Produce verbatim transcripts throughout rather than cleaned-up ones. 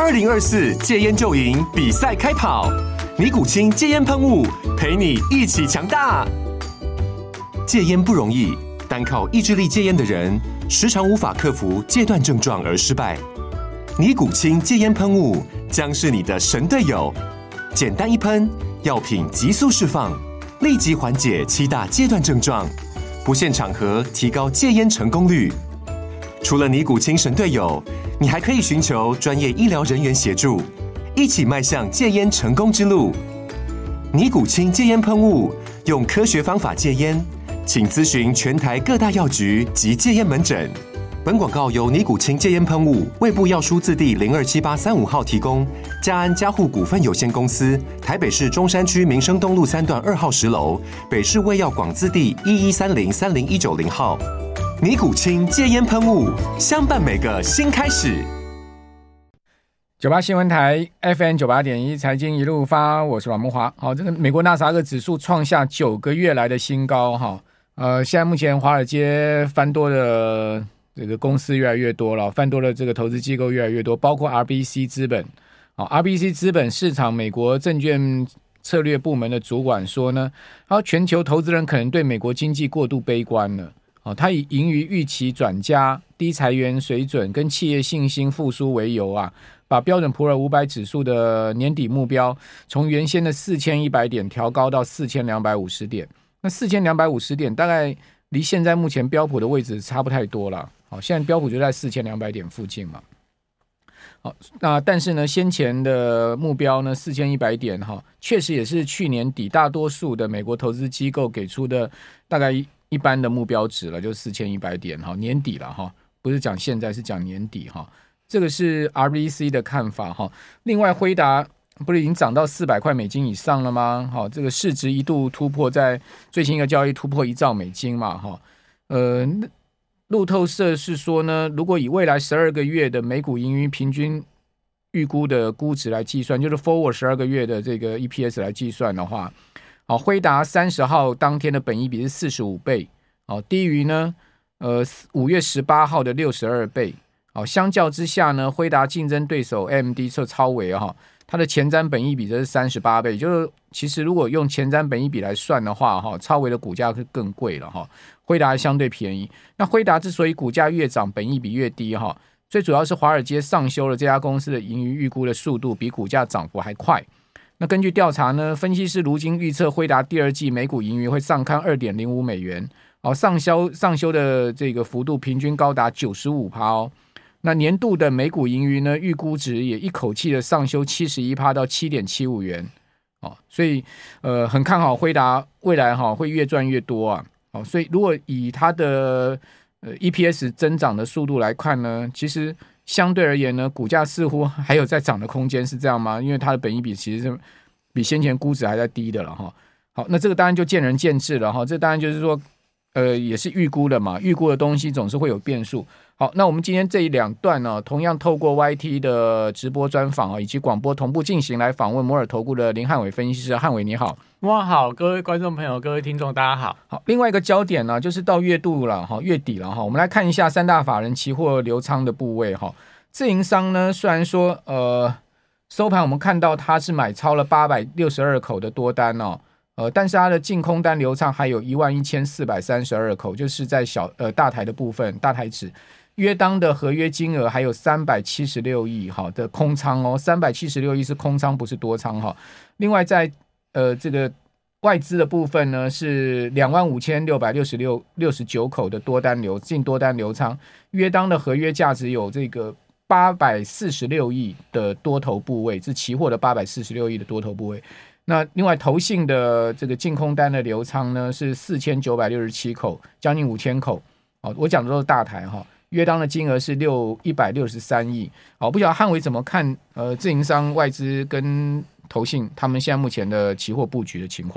二零二四戒烟就赢比赛开跑，尼古清戒烟喷雾陪你一起强大。戒烟不容易，单靠意志力戒烟的人，时常无法克服戒断症状而失败。尼古清戒烟喷雾将是你的神队友，简单一喷，药品急速释放，立即缓解七大戒断症状，不限场合提高戒烟成功率。除了尼古清神队友，你还可以寻求专业医疗人员协助，一起迈向戒烟成功之路。尼古清戒烟喷雾，用科学方法戒烟，请咨询全台各大药局及戒烟门诊。本广告由尼古清戒烟喷雾、卫部药书字第零二七八三五号提供，嘉安嘉护股份有限公司，台北市中山区民生东路三段二号十楼，北市卫药广字第一一三零三零一九零号。尼古清戒烟喷雾，相伴每个新开始。 九八新闻台 F M 九八点一财经一路发，我是阮慕骅。好，这个美国纳斯达克指数创下九个月来的新高哈。呃，现在目前华尔街翻多的这个公司越来越多了，翻多的这个投资机构越来越多，包括 R B C 资本。好 ，R B C 资本市场美国证券策略部门的主管说呢，然后全球投资人可能对美国经济过度悲观了。哦，他以盈余预期转佳、低裁员水准跟企业信心复苏为由啊，把标准普尔五百指数的年底目标从原先的四千一百点调高到四千两百五十点。那四千两百五十点大概离现在目前标普的位置差不太多了。好，现在标普就在四千两百点附近嘛。好，那但是呢，先前的目标呢四千一百点哈，确实也是去年底大多数的美国投资机构给出的大概一般的目标值了，就四千一百点哈，年底了哈，不是讲现在，是讲年底哈。这个是 R B C 的看法哈。另外，辉达不是已经涨到四百块美金以上了吗？好，这个市值一度突破，在最新一个交易突破一兆美金嘛哈。呃，路透社是说呢，如果以未来十二个月的每股盈余平均预估的估值来计算，就是 forward 十二个月的这个 E P S 来计算的话。好，辉达三十号当天的本益比是四十五倍，好，低于呢，呃，五月十八号的六十二倍。好，相较之下呢，辉达竞争对手 A M D 测超微哈，它的前瞻本益比则是三十八倍，就是其实如果用前瞻本益比来算的话，哈，超微的股价是更贵了哈，辉达相对便宜。那辉达之所以股价越涨，本益比越低哈，最主要是华尔街上修了这家公司的盈余预估的速度比股价涨幅还快。那根据调查呢，分析师如今预测辉达第二季每股盈余会上看 二点零五美元，哦，上修上修的这个幅度平均高达 百分之九十五 哦。那年度的每股盈余呢，预估值也一口气的上修 百分之七十一 到 七点七五元，哦，所以呃很看好辉达未来哈会越赚越多啊，哦，所以如果以它的呃 E P S 增长的速度来看呢，其实相对而言呢，股价似乎还有在涨的空间，是这样吗？因为它的本益比其实是比先前估值还在低的了哈。好，那这个当然就见仁见智了哈。这当然就是说，呃，也是预估的嘛，预估的东西总是会有变数。好，那我们今天这一两段呢，同样透过 Y T 的直播专访以及广播同步进行来访问摩尔投顾的林汉伟分析师。汉伟你好。 哇，好，各位观众朋友，各位听众，大家好。 好，另外一个焦点呢，就是到月度了哈，月底了哈，我们来看一下三大法人期货流仓的部位哈。自营商呢，虽然说呃收盘我们看到它是买超了八百六十二口的多单哦，呃，但是它的净空单流仓还有一万一千四百三十二口，就是在小呃大台的部分，大台指约当的合约金额还有三百七十六亿哈的空仓哦，三百七十六亿是空仓，不是多仓哈。另外在呃这个外资的部分呢是两万五千六百六十六六十九口的多单流净多单流仓，约当的合约价值有这个八百四十六亿的多头部位，是期货的八百四十六亿的多头部位。那另外投信的这个净空单的流仓呢是四千九百六十七口，将近五千口。哦，我讲的都是大台哈。约当的金额是六一百六十三亿。好，不晓得汉伟怎么看呃自营商外资跟投信他们现在目前的期货布局的情况？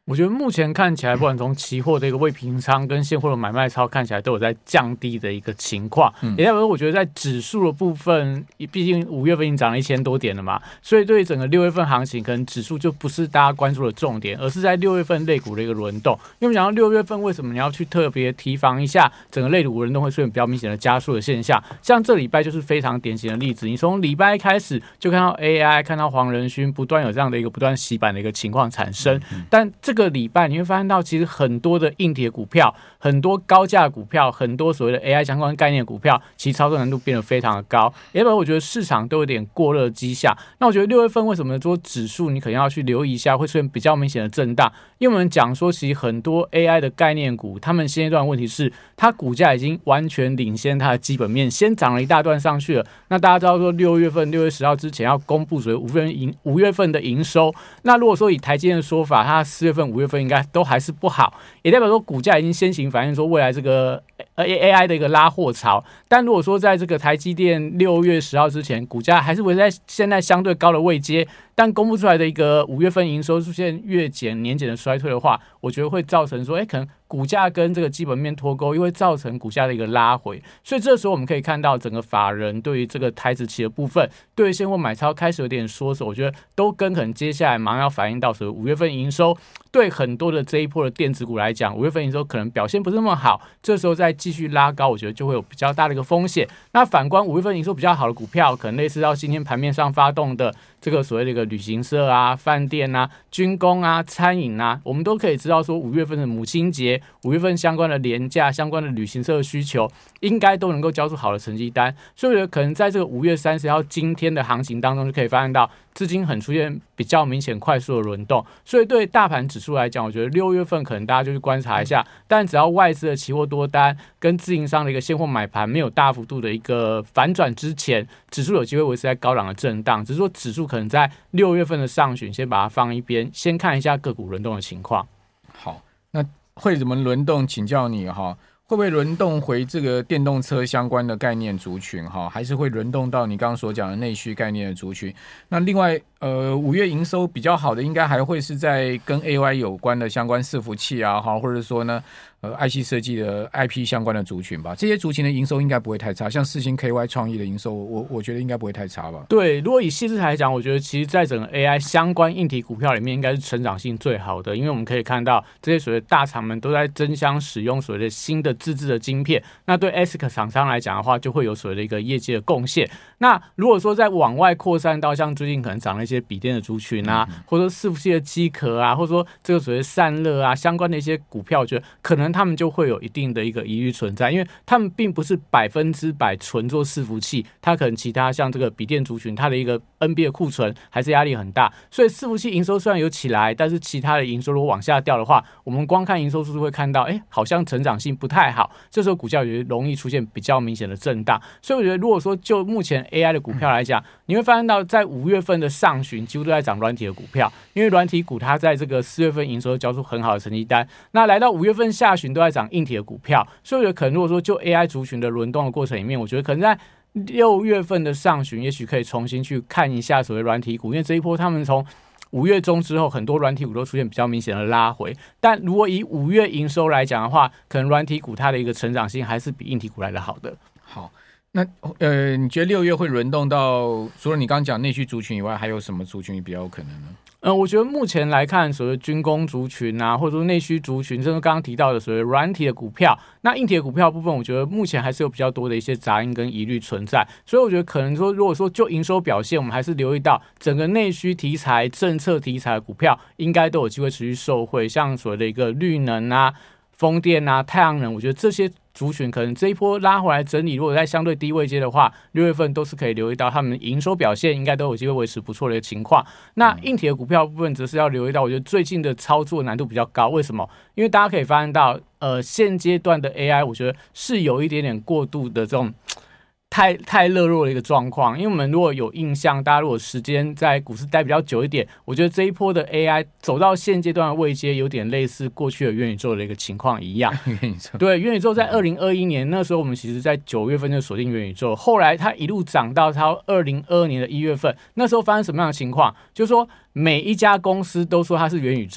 我觉得目前看起来，不管从期货的一个未平仓跟现货的买卖超看起来都有在降低的一个情况，嗯、也代表说，我觉得在指数的部分，毕竟五月份已经涨了一千多点了嘛，所以对于整个六月份行情，可能指数就不是大家关注的重点，而是在六月份类股的一个轮动。因为我们讲到六月份，为什么你要去特别提防一下整个类股轮动会出现比较明显的加速的现象？像这礼拜就是非常典型的例子，你从礼拜开始就看到 A I， 看到黄仁勋不断有这样的一个不断洗版的一个情况产生，嗯、但这个礼拜你会发现到，其实很多的硬体股票，很多高价股票，很多所谓的 A I 相关概念股票，其实操作难度变得非常的高。因为我觉得市场都有点过热迹象。那我觉得六月份为什么说指数你可能要去留意一下，会出现比较明显的震荡？因为我们讲说，其实很多 A I 的概念股，他们现阶段的问题是，它股价已经完全领先它的基本面，先涨了一大段上去了。那大家知道说，六月份六月十号之前要公布所谓五月营五月份的营收。那如果说以台积电的说法，它四月份、五月份应该都还是不好，也代表说股价已经先行反映说未来这个 A I 的一个拉货潮。但如果说在这个台积电六月十号之前，股价还是维持在现在相对高的位阶，但公布出来的一个五月份营收出现月减、年减的衰退的话，我觉得会造成说，哎，可能股价跟这个基本面脱钩，又会造成股价的一个拉回。所以这时候我们可以看到，整个法人对于这个台指期的部分，对于现货买超开始有点缩手，我觉得都跟可能接下来马上要反映到所谓五月份营收。对很多的这一波的电子股来讲，五月份营收可能表现不是那么好，这时候再继续拉高，我觉得就会有比较大的一个风险。那反观五月份营收比较好的股票，可能类似到今天盘面上发动的这个所谓的一个旅行社啊、饭店啊、军工啊、餐饮啊，我们都可以知道说，五月份的母亲节、五月份相关的连假、相关的旅行社的需求，应该都能够交出好的成绩单。所以我觉得可能在这个五月三十号今天的行情当中，就可以发现到资金很出现比较明显快速的轮动。所以对大盘指数来讲，我觉得六月份可能大家就去观察一下，但只要外资的期货多单跟自营商的一个现货买盘没有大幅度的一个反转之前，指数有机会维持在高档的震荡。只是说指数可能在六月份的上旬先把它放一边，先看一下个股轮动的情况。 好，那会怎么轮动？请教你哈。会不会轮动回这个电动车相关的概念族群哈？还是会轮动到你刚刚所讲的内需概念的族群？那另外，呃，五月营收比较好的，应该还会是在跟 A I 有关的相关伺服器啊，哈，或者说呢，呃 ，I C 设计的 I P 相关的族群吧。这些族群的营收应该不会太差，像世芯 K Y 创意的营收，我我觉得应该不会太差吧。 对，如果以细致来讲，我觉得其实在整个 A I 相关硬体股票里面，应该是成长性最好的，因为我们可以看到这些所谓的大厂们都在争相使用所谓的新的自制的晶片。那对 A S I C 厂商来讲的话，就会有所谓的一个业绩的贡献。那如果说在往外扩散到像最近可能涨了一些笔电的族群啊，嗯、或者说伺服器的机壳啊，或者说这个所谓散热啊相关的一些股票，我觉得可能他们就会有一定的一个疑虑存在，因为他们并不是百分之百纯做伺服器，它可能其他像这个笔电族群，它的一个 N B 的库存还是压力很大，所以伺服器营收虽然有起来，但是其他的营收如果往下掉的话，我们光看营收数字会看到，哎，好像成长性不太好，这时候股价也容易出现比较明显的震荡。所以我觉得，如果说就目前 A I 的股票来讲，你会发现到在五月份的上旬几乎都在涨软体的股票，因为软体股它在这个四月份营收交出很好的成绩单，那来到五月份下旬都在涨硬体的股票，所以我觉得可能如果说就 A I 族群的轮动的过程里面，我觉得可能在六月份的上旬，也许可以重新去看一下所谓软体股，因为这一波他们从五月中之后，很多软体股都出现比较明显的拉回。但如果以五月营收来讲的话，可能软体股它的一个成长性还是比硬体股来的好的。 好，那呃，你觉得六月会轮动到除了你刚刚讲内需族群以外，还有什么族群比较有可能呢？ 嗯，我觉得目前来看，所谓军工族群啊，或者说内需族群，甚至刚刚提到的所谓软体的股票，那硬体的股票部分，我觉得目前还是有比较多的一些杂音跟疑虑存在。所以我觉得可能说，如果说就营收表现，我们还是留意到整个内需题材、政策题材的股票，应该都有机会持续受惠，像所谓的一个绿能啊、风电啊、太阳能，我觉得这些族群可能这一波拉回来整理，如果在相对低位阶的话，六月份都是可以留意到他们营收表现应该都有机会维持不错的一个情况。那硬体的股票部分则是要留意到，我觉得最近的操作难度比较高。为什么？因为大家可以发现到，呃，现阶段的 A I 我觉得是有一点点过度的这种太太热络的一个状况，因为我们如果有印象，大家如果时间在股市待比较久一点，我觉得这一波的 A I 走到现阶段的位阶，有点类似过去的元宇宙的一个情况一样。 元宇宙对，元宇宙在二零二一年那时候，我们其实在九月份就锁定元宇宙，后来它一路涨到它二零二二年的一月份，那时候发生什么样的情况？就是说每一家公司都说它是元宇宙。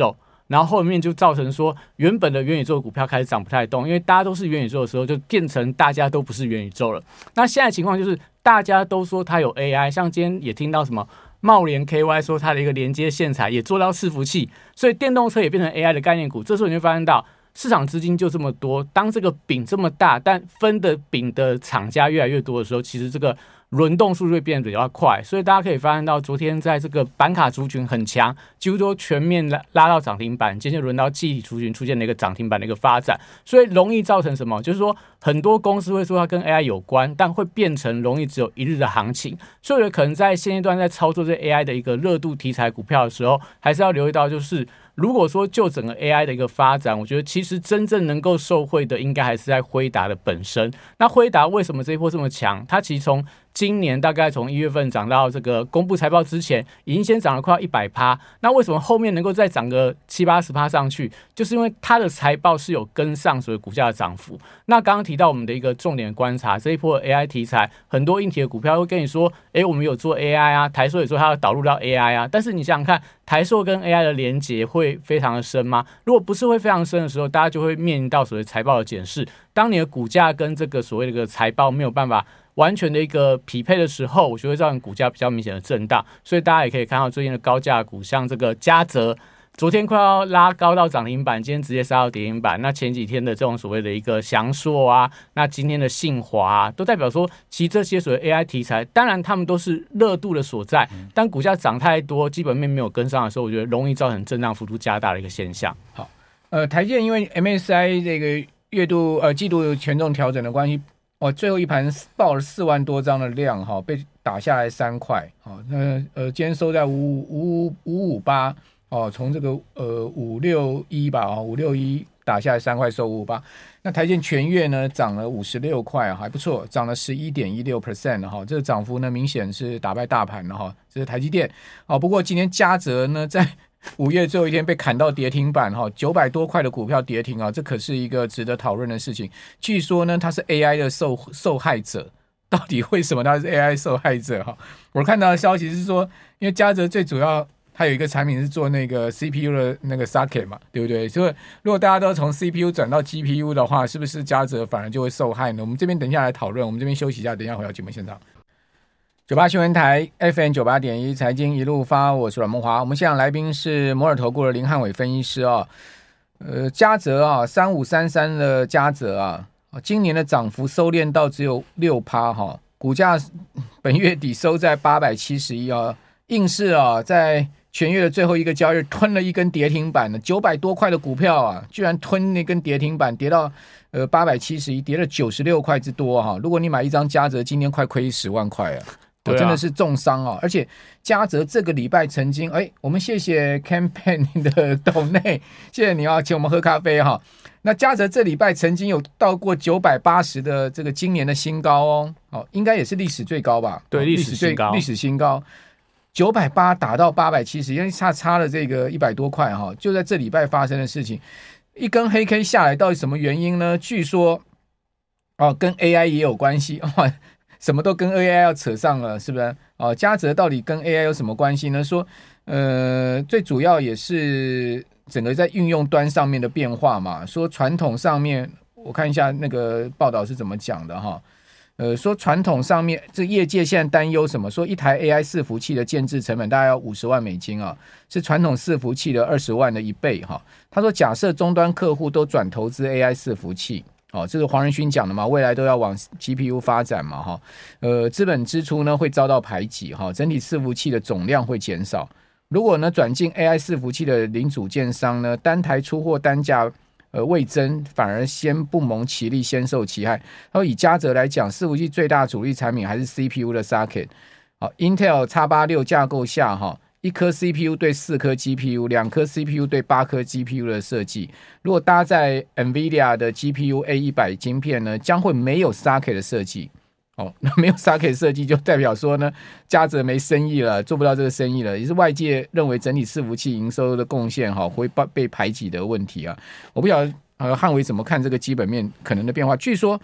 然后后面就造成说原本的元宇宙股票开始涨不太动，因为大家都是元宇宙的时候，就变成大家都不是元宇宙了。那现在情况就是大家都说它有 A I， 像今天也听到什么茂联 K Y 说它的一个连接线材也做到伺服器，所以电动车也变成 A I 的概念股。这时候你会发现到市场资金就这么多，当这个饼这么大，但分的饼的厂家越来越多的时候，其实这个轮动速度会变得比较快，所以大家可以发现到，昨天在这个板卡族群很强，几乎都全面拉拉到涨停板，接着轮到记忆体族群出现了一个涨停板的一个发展，所以容易造成什么？就是说很多公司会说它跟 A I 有关，但会变成容易只有一日的行情，所以可能在现阶段在操作这 A I 的一个热度题材股票的时候，还是要留意到，就是如果说就整个 A I 的一个发展，我觉得其实真正能够受惠的，应该还是在辉达的本身。那辉达为什么这一波这么强？它其实从今年大概从一月份涨到这个公布财报之前，已经先涨了快要 百分之百。那为什么后面能够再涨个七八十%上去？就是因为它的财报是有跟上所谓股价的涨幅。那刚刚提到我们的一个重点观察，这一波的 A I 题材，很多硬体的股票会跟你说，哎，我们有做 A I 啊，台塑也说它要导入到 A I 啊。但是你想想看，台塑跟 A I 的连结会非常的深吗？如果不是会非常深的时候，大家就会面临到所谓财报的检视。当你的股价跟这个所谓的一个财报没有办法完全的一个匹配的时候，我觉得会造成股价比较明显的震荡。所以大家也可以看到最近的高价股，像这个嘉泽，昨天快要拉高到涨停板，今天直接杀到跌停板。那前几天的这种所谓的一个祥硕啊，那今天的信华啊，都代表说，其实这些所谓 A I 题材，当然他们都是热度的所在，但股价涨太多，基本面没有跟上的时候，我觉得容易造成震荡幅度加大的一个现象。 好，呃，台积电因为 M S I 这个月度呃季度权重调整的关系，哦，最后一盘爆了四万多张的量哈，被打下来三块，好，那呃今天收在五五五五八。哦，从这个呃五六一吧，哦五六一打下来三块收五五八，那台积电全月呢涨了五十六块，还不错，涨了十一点一六 percent 哈，这个涨幅呢明显是打败大盘了哈，这是台积电。哦，不过今天嘉泽呢在五月最后一天被砍到跌停板哈，九百多块的股票跌停啊，这可是一个值得讨论的事情。据说呢，它是 A I 的受受害者。到底为什么它是 A I 受害者哈？我看到的消息是说，因为嘉泽最主要它有一个产品是做那个 C P U 的那个 socket 嘛，对不对？所以如果大家都从 C P U 转到 G P U 的话，是不是嘉泽反而就会受害呢？我们这边等一下来讨论，我们这边休息一下，等一下回到节目现场。九八新闻台 F M 九八点一财经一路发，我是阮梦华。我们现场来宾是摩尔投顾的林汉伟分析师啊，呃，嘉泽啊，三五三三的嘉泽啊，今年的涨幅收敛到只有 百分之六 哈，股价本月底收在八百七十一啊，硬是啊在全月的最后一个交易日吞了一根跌停板的九百多块的股票啊，居然吞那根跌停板，跌到呃八百七十一，跌了九十六块之多哈。如果你买一张嘉泽，今天快亏十万块啊，哦、真的是重伤啊！而且嘉泽这个礼拜曾经，哎，我们谢谢 Campaign 的斗内，谢谢你啊，请我们喝咖啡哈。那嘉泽这礼拜曾经有到过九百八十的这个今年的新高哦，哦，应该也是历史最高吧？ 对，历史新高， 历史新高。九百八打到八百七十，因为差差了这个一百多块哈，就在这礼拜发生的事情。一根黑 K 下来，到底什么原因呢？据说哦，跟 A I 也有关系哦，什么都跟 A I 要扯上了，是不是？哦，嘉泽到底跟 A I 有什么关系呢？说呃，最主要也是整个在运用端上面的变化嘛。说传统上面，我看一下那个报道是怎么讲的哈。呃，说传统上面，这业界现在担忧什么？说一台 A I 伺服器的建制成本大概要五十万美金啊，是传统伺服器的二十万的一倍哈。他说，假设终端客户都转投资 A I 伺服器，哦，这是黄仁勋讲的嘛，未来都要往 G P U 发展嘛哈。呃，资本支出呢会遭到排挤哈，整体伺服器的总量会减少。如果呢转进 A I 伺服器的零组件商呢，单台出货单价呃，未增，反而先不蒙其利，先受其害。然后以嘉泽来讲，伺服器最大主力产品还是 C P U 的 socket。好 ，Intel X 八十六 架构下哈，一颗 C P U 对四颗 G P U， 两颗 C P U 对八颗 G P U 的设计。如果搭在 NVIDIA 的 G P U A 一百 晶片呢，将会没有 socket 的设计。哦，那没有 socket 设计就代表说呢，嘉泽没生意了，做不到这个生意了，也是外界认为整体伺服器营收的贡献哈会被排挤的问题啊。我不晓得呃汉伟怎么看这个基本面可能的变化。据说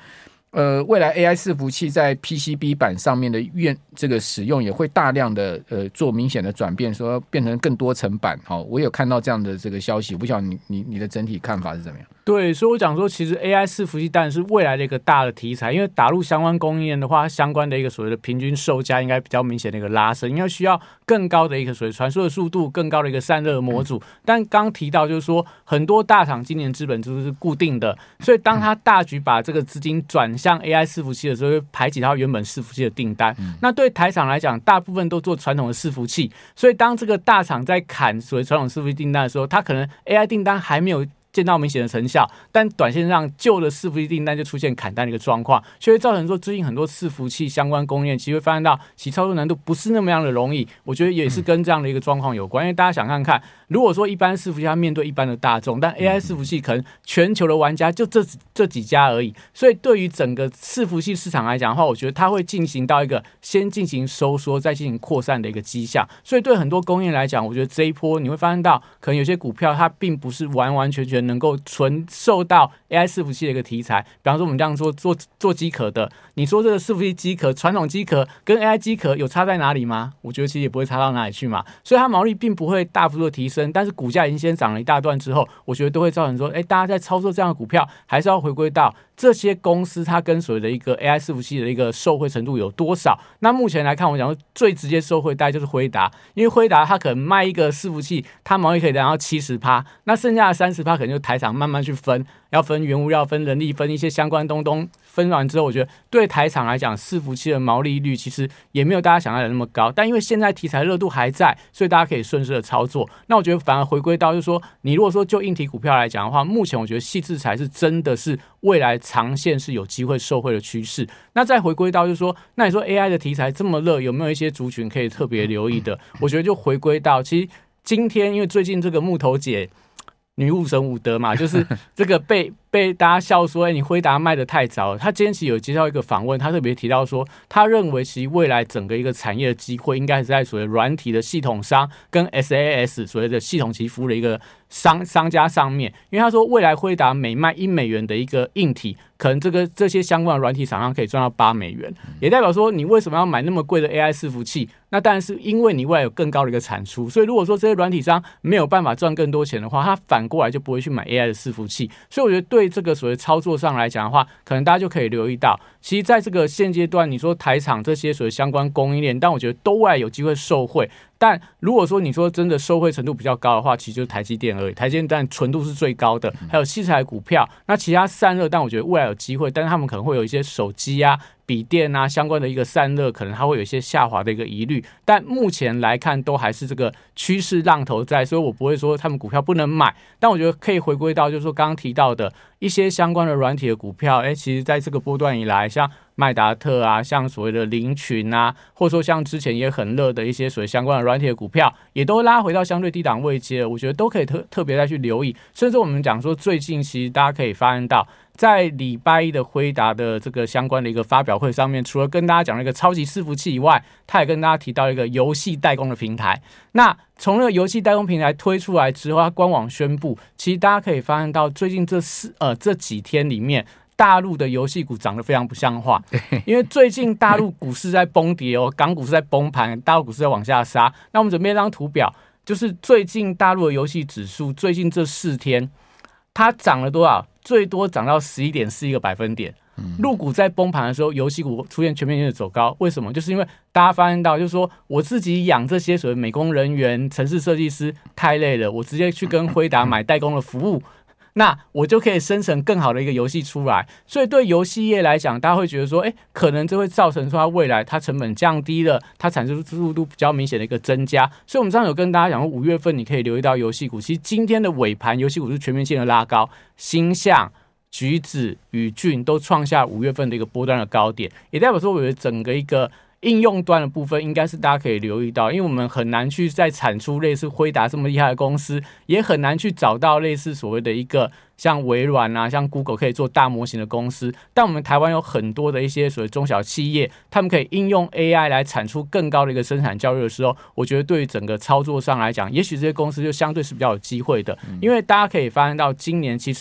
呃，未来 A I 伺服器在 P C B 板上面的愿这个使用也会大量的呃做明显的转变，说变成更多层板。好、哦，我有看到这样的这个消息，我不晓得你你你的整体看法是怎么样？ 对，所以我讲说，其实 A I 伺服器当然是未来的一个大的题材，因为打入相关供应链的话，相关的一个所谓的平均售价应该比较明显的一个拉升，因为需要更高的一个所谓传输的速度，更高的一个散热模组。嗯、但刚提到就是说，很多大厂今年资本支出是固定的，所以当他大举把这个资金转向 A I 伺服器的时候，会排挤到原本伺服器的订单。嗯、那对台厂来讲，大部分都做传统的伺服器，所以当这个大厂在砍所谓传统伺服器订单的时候，他可能 A I 订单还没有见到明显的成效，但短线上旧的伺服器订单就出现砍单的一个状况，所以造成说最近很多伺服器相关供应链其实会发现到其操作难度不是那么样的容易，我觉得也是跟这样的一个状况有关。因为大家想看看，如果说一般伺服器它面对一般的大众，但 A I 伺服器可能全球的玩家就这这几家而已，所以对于整个伺服器市场来讲的话，我觉得它会进行到一个先进行收缩再进行扩散的一个迹象。所以对很多供应链来讲，我觉得这一波你会发现到可能有些股票它并不是完完全全能够纯受到 A I 伺服器的一个题材，比方说我们这样说做做机壳的，你说这个伺服器机壳传统机壳跟 A I 机壳有差在哪里吗？我觉得其实也不会差到哪里去嘛，所以它毛利并不会大幅度的提升，但是股价已经先涨了一大段之后，我觉得都会造成说，哎，大家在操作这样的股票，还是要回归到这些公司它跟所谓的一个 A I 伺服器的一个受惠程度有多少。那目前来看，我讲说最直接受惠大概就是辉达，因为辉达它可能卖一个伺服器，它毛利可以达到 百分之七十， 那剩下的 百分之三十 可能就台厂慢慢去分，要分原物料、分人力、分一些相关东东，分完之后，我觉得对台厂来讲，伺服器的毛利率其实也没有大家想象的那么高。但因为现在题材热度还在，所以大家可以顺势的操作。那我觉得反而回归到就是说，你如果说就硬体股票来讲的话，目前我觉得矽智财是真的是未来长线是有机会受惠的趋势。那再回归到就是说，那你说 A I 的题材这么热，有没有一些族群可以特别留意的？我觉得就回归到，其实今天因为最近这个木头姐。女武神伍德嘛，就是这个被被大家笑说，哎、欸，你辉达卖得太早了。他今天其实有接到一个访问，他特别提到说，他认为其实未来整个一个产业的机会，应该是在所谓软体的系统商跟 S A S 所谓的系统级服务的一个商商家上面。因为他说，未来辉达每卖一美元的一个硬体，可能这个这些相关的软体厂商可以赚到八美元，也代表说，你为什么要买那么贵的 A I 伺服器？那当然是因为你未来有更高的一个产出。所以如果说这些软体商没有办法赚更多钱的话，他反过来就不会去买 A I 的伺服器。所以我觉得对这个所谓操作上来讲的话，可能大家就可以留意到，其实在这个现阶段，你说台厂这些所谓相关供应链，但我觉得都未来有机会受惠。但如果说你说真的受惠程度比较高的话，其实就是台积电而已。台积电但纯度是最高的，还有矽智财股票。那其他散热，但我觉得未来有机会，但是他们可能会有一些手机啊、笔电啊相关的一个散热，可能它会有一些下滑的一个疑虑。但目前来看，都还是这个趋势浪头在，所以我不会说他们股票不能买。但我觉得可以回归到，就是说刚刚提到的一些相关的软体的股票，哎，其实在这个波段以来，像麦达特啊，像所谓的凌群啊，或者说像之前也很热的一些所谓相关的软体的股票，也都拉回到相对低档位阶了。我觉得都可以特特别再去留意。甚至我们讲说，最近其实大家可以发现到，在礼拜一的辉达的这个相关的一个发表会上面，除了跟大家讲了一个超级伺服器以外，他也跟大家提到一个游戏代工的平台。那从那个游戏代工平台推出来之后，他官网宣布，其实大家可以发现到，最近这四呃这几天里面，大陆的游戏股涨得非常不像话，因为最近大陆股市在崩跌哦，港股是在崩盘，大陆股市在往下杀。那我们准备一张图表，就是最近大陆的游戏指数，最近这四天它涨了多少？最多涨到 十一点四一 个百分点。陆股在崩盘的时候，游戏股出现全面性的走高，为什么？就是因为大家发现到，就是说我自己养这些所谓美工人员、程式设计师太累了，我直接去跟辉达买代工的服务。那我就可以生成更好的一个游戏出来，所以对游戏业来讲，大家会觉得说，哎，可能这会造成说它未来它成本降低了，它产出速度比较明显的一个增加。所以我们上次有跟大家讲说，五月份你可以留意到游戏股，其实今天的尾盘游戏股是全面性的拉高，星象、橘子、宇峻都创下五月份的一个波段的高点，也代表说我觉得整个一个应用端的部分应该是大家可以留意到，因为我们很难去再产出类似辉达这么厉害的公司，也很难去找到类似所谓的一个像微软啊、像 Google 可以做大模型的公司。但我们台湾有很多的一些所谓中小企业，他们可以应用 A I 来产出更高的一个生产效率的时候，我觉得对于整个操作上来讲，也许这些公司就相对是比较有机会的。因为大家可以发现到，今年其实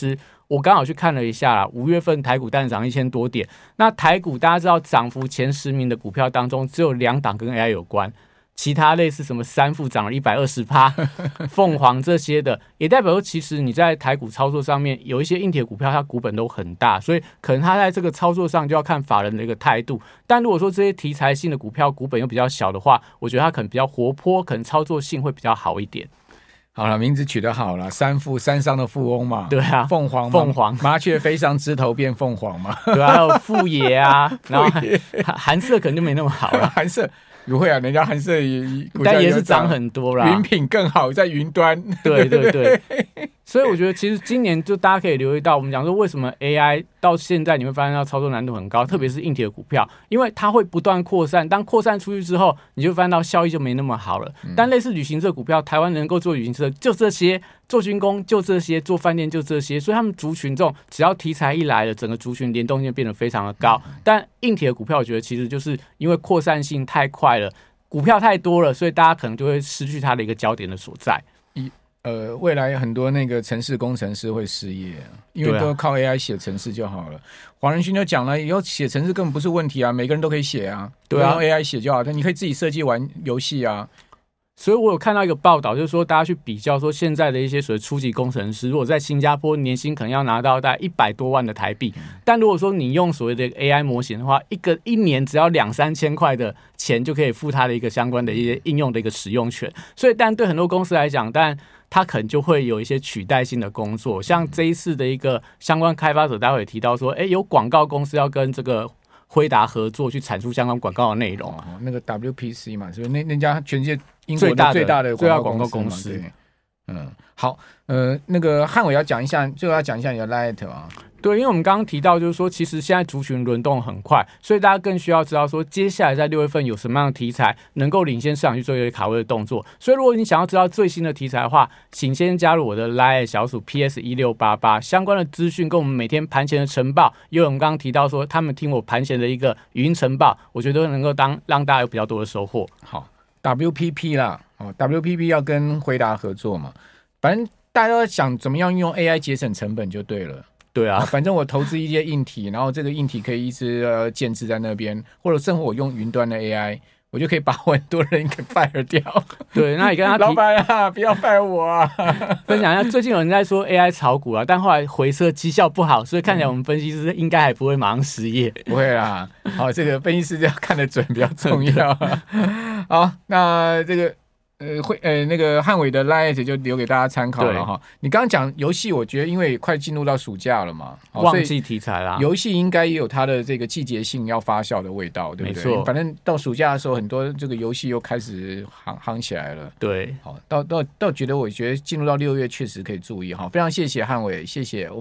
我刚好去看了一下啦，五月份台股大涨一千多点，那台股大家知道涨幅前十名的股票当中，只有两档跟 A I 有关。其他类似什么三富涨了 百分之一百二十， 凤凰这些的，也代表说其实你在台股操作上面有一些硬铁股票，它股本都很大，所以可能它在这个操作上就要看法人的一个态度。但如果说这些题材性的股票股本又比较小的话，我觉得它可能比较活泼，可能操作性会比较好一点。 好了，名字取得好了，三富山上的富翁嘛， 对啊， 凤凰凤凰， 麻雀飞上枝头变凤凰嘛， 对啊，还有富爷啊，然后韩色可能就没那么好了， 韩色。不会啊，人家韩色也但也是涨很多啦， 云品更好，在云端。 对对对，所以我觉得其实今年就大家可以留意到，我们讲说为什么 A I 到现在你会发现它操作难度很高，特别是硬铁的股票，因为它会不断扩散，当扩散出去之后，你就发现到效益就没那么好了。但类似旅行社股票，台湾能够做旅行社就这些，做军工就这些，做饭店就这些，所以他们族群这种只要题材一来了，整个族群联动性变得非常的高。但硬铁的股票，我觉得其实就是因为扩散性太快了，股票太多了，所以大家可能就会失去它的一个焦点的所在。 呃，未来很多那个程式工程师会失业，因为都靠 A I 写程式就好了。黄仁勋就讲了，以后写程式根本不是问题啊，每个人都可以写啊，对啊，用 A I 写就好，但你可以自己设计玩游戏啊。 所以我有看到一个报道，就是说大家去比较说现在的一些所谓初级工程师，如果在新加坡年薪可能要拿到大概一百多万的台币，但如果说你用所谓的 A I 模型的话，一个一年只要两三千块的钱就可以付它的一个相关的一些应用的一个使用权。所以，但对很多公司来讲，但它可能就会有一些取代性的工作，像这一次的一个相关开发者，待会也提到说，哎，有广告公司要跟这个辉达合作去产出相关广告的内容、 哦、那个 W P C 嘛，是不是 那, 那家全世界英国的最大的广告公司？对，嗯，好，呃，那个汉伟要讲一下，最后要讲一下你的 Light 啊。 对，因为我们刚刚提到，就是说，其实现在族群轮动很快，所以大家更需要知道说，接下来在六月份有什么样的题材能够领先市场去做一个卡位的动作。所以，如果你想要知道最新的题材的话，请先加入我的 Line 小组 P S 一六八八，相关的资讯跟我们每天盘前的晨报，因为我们刚刚提到说，他们听我盘前的一个语音晨报，我觉得能够当让大家有比较多的收获。 好 ，W P P 啦，哦 ，W P P 要跟辉达合作嘛，反正大家都在想怎么样用 A I 节省成本就对了。 对啊， 反正我投资一些硬体，然后这个硬体可以一直呃建置在那边，或者甚至我用云端的 A I， 我就可以把我很多人给 fire 掉。 对，那你跟他提老板啊，不要 fire 我啊！ 分享一下，最近有人在说 A I 炒股啊，但后来回撤绩效不好，所以看起来我们分析师应该还不会马上失业。 不会啦，好，这个分析师要看得准比较重要。好，那这个。呃，会呃，那个汉伟的 Light 就留给大家参考了哈。你刚刚讲游戏，我觉得因为快进入到暑假了嘛， 旺季题材啦， 游戏应该也有它的这个季节性要发酵的味道，对不对？没错，反正到暑假的时候，很多这个游戏又开始行行起来了。 对， 好，到到到觉得，我觉得进入到六月确实可以注意哈。非常谢谢汉伟，谢谢。